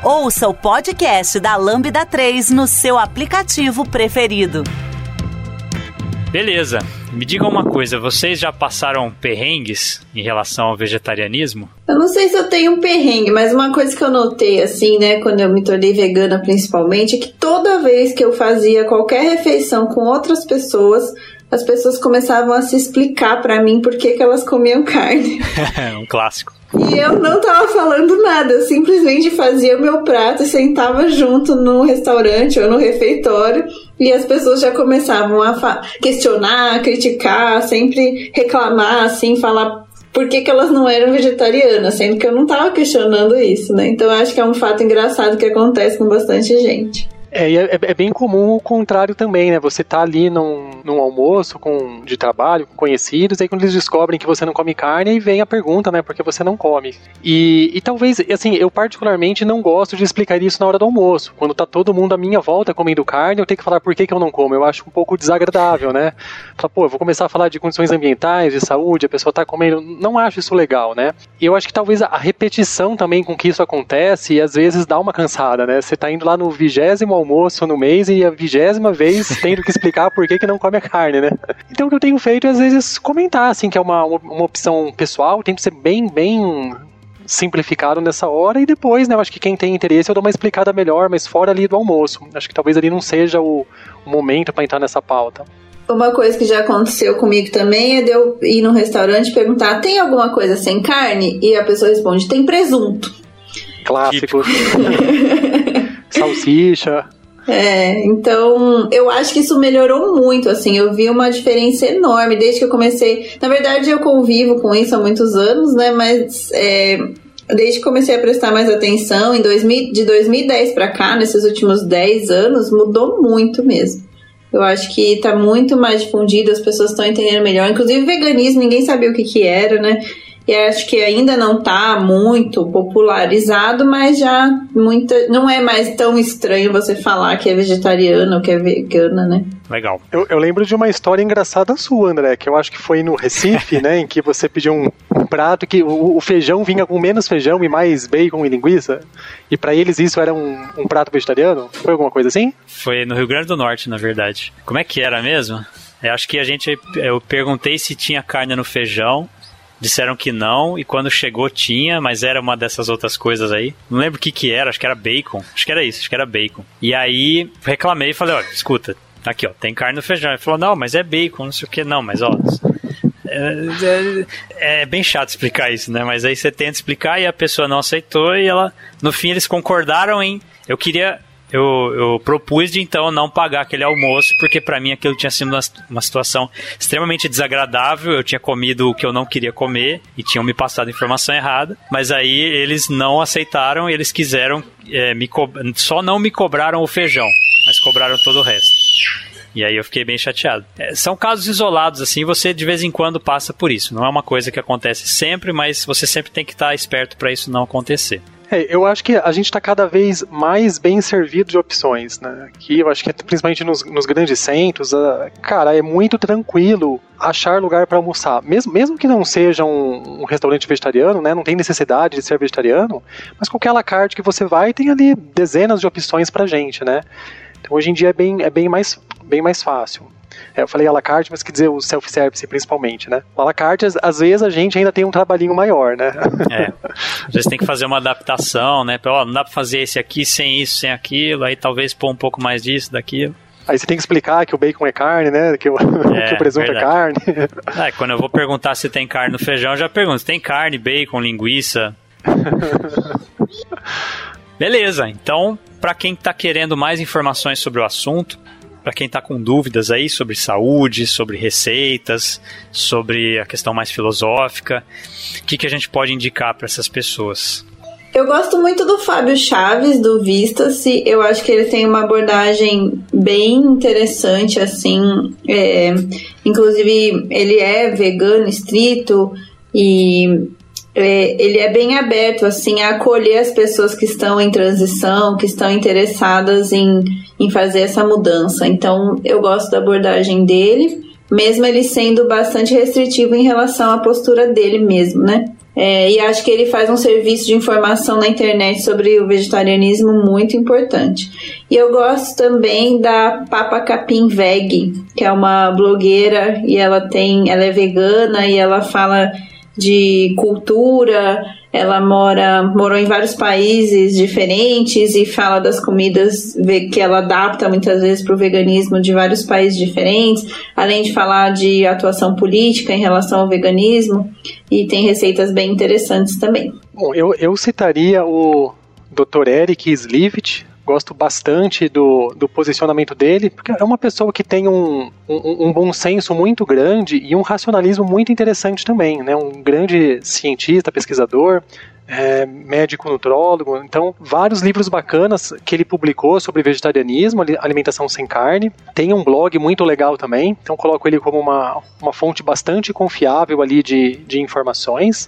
Ouça o podcast da Lambda 3 no seu aplicativo preferido. Beleza. Me digam uma coisa, vocês já passaram perrengues em relação ao vegetarianismo? Eu não sei se eu tenho um perrengue, mas uma coisa que eu notei, assim, né, quando eu me tornei vegana principalmente, é que toda vez que eu fazia qualquer refeição com outras pessoas, as pessoas começavam a se explicar pra mim por que elas comiam carne. Um clássico. E eu não tava falando nada, eu simplesmente fazia o meu prato e sentava junto no restaurante ou no refeitório e as pessoas já começavam a questionar, criticar, sempre reclamar, assim, falar por que elas não eram vegetarianas, sendo que eu não tava questionando isso, né? Então eu acho que é um fato engraçado que acontece com bastante gente. É bem comum o contrário também, né? Você tá ali num almoço de trabalho, com conhecidos, aí quando eles descobrem que você não come carne, aí vem a pergunta, né? Por que você não come? E talvez, assim, eu particularmente não gosto de explicar isso na hora do almoço. Quando tá todo mundo à minha volta comendo carne, eu tenho que falar por que eu não como. Eu acho um pouco desagradável, né? Falar, pô, eu vou começar a falar de condições ambientais, de saúde, a pessoa tá comendo... Não acho isso legal, né? E eu acho que talvez a repetição também com que isso acontece, às vezes dá uma cansada, né? Você tá indo lá no 20º almoço no mês e a 20ª vez tendo que explicar por que não come a carne, né? Então o que eu tenho feito é às vezes comentar, assim, que é uma opção pessoal, tem que ser bem simplificado nessa hora e depois, né, eu acho que quem tem interesse eu dou uma explicada melhor, mas fora ali do almoço. Acho que talvez ali não seja o momento para entrar nessa pauta. Uma coisa que já aconteceu comigo também é de eu ir num restaurante e perguntar, tem alguma coisa sem carne? E a pessoa responde, tem presunto. Clássico. Salsicha. Então eu acho que isso melhorou muito, assim, eu vi uma diferença enorme desde que eu comecei. Na verdade eu convivo com isso há muitos anos, né, mas desde que comecei a prestar mais atenção, de 2010 pra cá, nesses últimos 10 anos, mudou muito mesmo. Eu acho que tá muito mais difundido, as pessoas estão entendendo melhor, inclusive veganismo, ninguém sabia o que era, né? E acho que ainda não está muito popularizado, mas já não é mais tão estranho você falar que é vegetariano ou que é vegana, né? Legal. Eu lembro de uma história engraçada sua, André, que eu acho que foi no Recife, né, em que você pediu um prato que o feijão vinha com menos feijão e mais bacon e linguiça, e pra eles isso era um prato vegetariano? Foi alguma coisa assim? Foi no Rio Grande do Norte, na verdade. Como é que era mesmo? Eu acho que eu perguntei se tinha carne no feijão, disseram que não, e quando chegou tinha, mas era uma dessas outras coisas aí. Não lembro o que era, acho que era bacon. Acho que era isso, acho que era bacon. E aí reclamei e falei, olha, escuta, aqui ó, tem carne no feijão. Ele falou, não, mas é bacon, não sei o que. Não, mas ó... É bem chato explicar isso, né? Mas aí você tenta explicar e a pessoa não aceitou e ela... No fim eles concordaram em... Eu propus de então não pagar aquele almoço, porque pra mim aquilo tinha sido uma situação extremamente desagradável. Eu tinha comido o que eu não queria comer e tinham me passado a informação errada, mas aí eles não aceitaram e eles quiseram só não me cobraram o feijão, mas cobraram todo o resto. E aí eu fiquei bem chateado. São casos isolados, assim, você de vez em quando passa por isso. Não é uma coisa que acontece sempre, mas você sempre tem que estar esperto para isso não acontecer. Eu acho que a gente está cada vez mais bem servido de opções, né? Aqui eu acho que principalmente nos grandes centros, cara, é muito tranquilo achar lugar para almoçar. Mesmo que não seja um restaurante vegetariano, né? Não tem necessidade de ser vegetariano, mas qualquer à la carte que você vai, tem ali dezenas de opções pra gente, né? Então hoje em dia é bem mais fácil. Eu falei à la carte, mas quer dizer o self-service principalmente, né? O à la carte, às vezes a gente ainda tem um trabalhinho maior, né? Às vezes tem que fazer uma adaptação, né? Não dá pra fazer esse aqui sem isso, sem aquilo, aí talvez pôr um pouco mais disso, daquilo. Aí você tem que explicar que o bacon é carne, né? Que o presunto é carne. Quando eu vou perguntar se tem carne no feijão, eu já pergunto, se tem carne, bacon, linguiça... Beleza, então, para quem está querendo mais informações sobre o assunto, para quem está com dúvidas aí sobre saúde, sobre receitas, sobre a questão mais filosófica, o que a gente pode indicar para essas pessoas? Eu gosto muito do Fábio Chaves, do Vista-se. Eu acho que ele tem uma abordagem bem interessante, assim. Inclusive, ele é vegano estrito e... ele é bem aberto assim, a acolher as pessoas que estão em transição, que estão interessadas em fazer essa mudança. Então, eu gosto da abordagem dele, mesmo ele sendo bastante restritivo em relação à postura dele mesmo, né? E acho que ele faz um serviço de informação na internet sobre o vegetarianismo muito importante. E eu gosto também da Papa Capim Veg, que é uma blogueira e ela é vegana e ela fala de cultura. Ela morou em vários países diferentes e fala das comidas que ela adapta muitas vezes para o veganismo de vários países diferentes, além de falar de atuação política em relação ao veganismo, e tem receitas bem interessantes também. Bom, eu citaria o Dr. Eric Slivit. Gosto bastante do posicionamento dele, porque é uma pessoa que tem um bom senso muito grande e um racionalismo muito interessante também, né? Um grande cientista, pesquisador, médico nutrólogo. Então, vários livros bacanas que ele publicou sobre vegetarianismo, alimentação sem carne. Tem um blog muito legal também, então coloco ele como uma fonte bastante confiável ali de informações.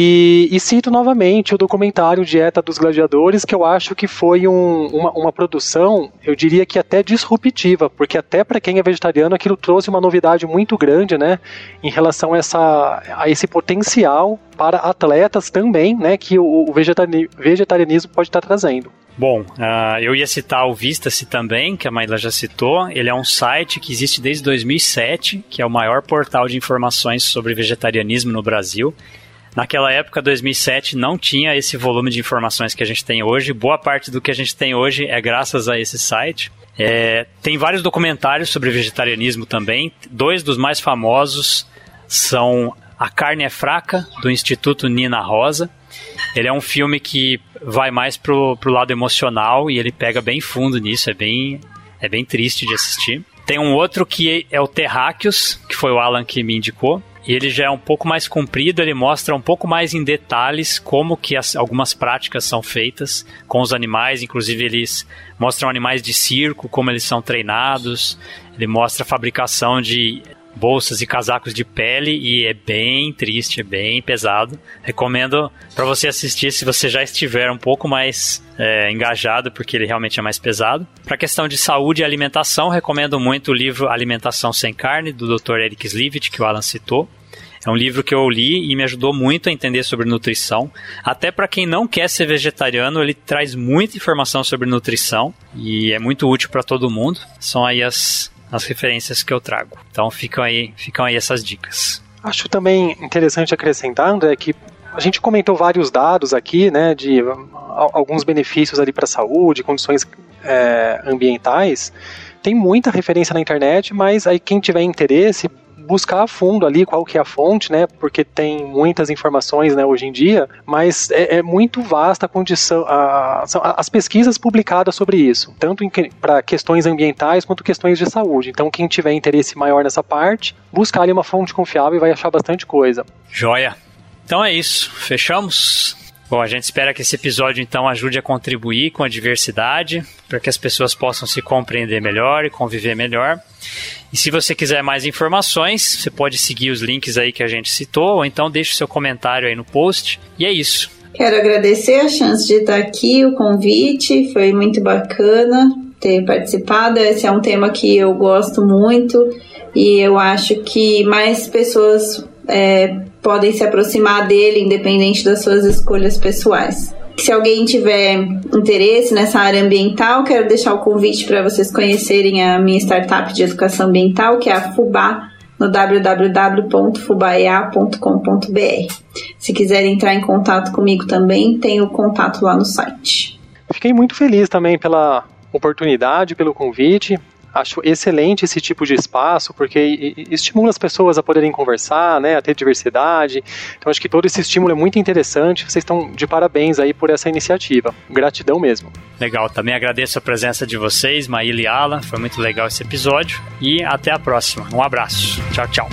E cito novamente o documentário Dieta dos Gladiadores, que eu acho que foi uma produção, eu diria que até disruptiva, porque até para quem é vegetariano aquilo trouxe uma novidade muito grande, né, em relação a esse potencial para atletas também, né, que o vegetarianismo pode estar trazendo. Bom, eu ia citar o Vista-se também, que a Maíla já citou. Ele é um site que existe desde 2007, que é o maior portal de informações sobre vegetarianismo no Brasil. Naquela época, 2007, não tinha esse volume de informações que a gente tem hoje. Boa parte do que a gente tem hoje é graças a esse site. Tem vários documentários sobre vegetarianismo também. 2 dos mais famosos são A Carne é Fraca, do Instituto Nina Rosa. Ele é um filme que vai mais pro lado emocional e ele pega bem fundo nisso. É bem triste de assistir. Tem um outro que é o Terráqueos, que foi o Alan que me indicou. E ele já é um pouco mais comprido, ele mostra um pouco mais em detalhes como que algumas práticas são feitas com os animais. Inclusive eles mostram animais de circo, como eles são treinados. Ele mostra a fabricação de bolsas e casacos de pele e é bem triste, é bem pesado. Recomendo para você assistir se você já estiver um pouco mais engajado, porque ele realmente é mais pesado. Para a questão de saúde e alimentação, recomendo muito o livro Alimentação Sem Carne, do Dr. Eric Slivit, que o Alan citou. É um livro que eu li e me ajudou muito a entender sobre nutrição. Até para quem não quer ser vegetariano, ele traz muita informação sobre nutrição e é muito útil para todo mundo. São aí as referências que eu trago. Então ficam aí essas dicas. Acho também interessante acrescentar, André, que a gente comentou vários dados aqui, né, de alguns benefícios ali para a saúde, condições ambientais. Tem muita referência na internet, mas aí quem tiver interesse, buscar a fundo ali qual que é a fonte, né, porque tem muitas informações, né, hoje em dia, mas é muito vasta a condição, as pesquisas publicadas sobre isso, tanto para questões ambientais quanto questões de saúde. Então quem tiver interesse maior nessa parte, buscar ali uma fonte confiável e vai achar bastante coisa. Joia! Então é isso, fechamos? Bom, a gente espera que esse episódio então ajude a contribuir com a diversidade, para que as pessoas possam se compreender melhor e conviver melhor. E se você quiser mais informações, você pode seguir os links aí que a gente citou, ou então deixe seu comentário aí no post. E é isso. Quero agradecer a chance de estar aqui, o convite, foi muito bacana ter participado. Esse é um tema que eu gosto muito e eu acho que mais pessoas podem se aproximar dele, independente das suas escolhas pessoais. Se alguém tiver interesse nessa área ambiental, quero deixar o convite para vocês conhecerem a minha startup de educação ambiental, que é a Fubá, no www.fubaea.com.br. Se quiserem entrar em contato comigo também, tem o contato lá no site. Fiquei muito feliz também pela oportunidade, pelo convite. Acho excelente esse tipo de espaço, porque estimula as pessoas a poderem conversar, né, a ter diversidade. Então acho que todo esse estímulo é muito interessante. Vocês estão de parabéns aí por essa iniciativa. Gratidão mesmo. Legal, também agradeço a presença de vocês, Maíla e Alan. Foi muito legal esse episódio. E até a próxima. Um abraço. Tchau, tchau.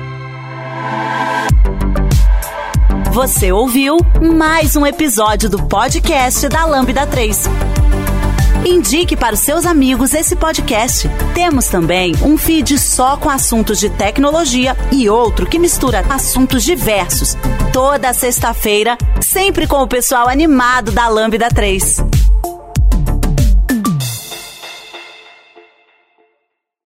Você ouviu mais um episódio do podcast da Lambda 3. Indique para os seus amigos esse podcast. Temos também um feed só com assuntos de tecnologia e outro que mistura assuntos diversos. Toda sexta-feira, sempre com o pessoal animado da Lambda 3.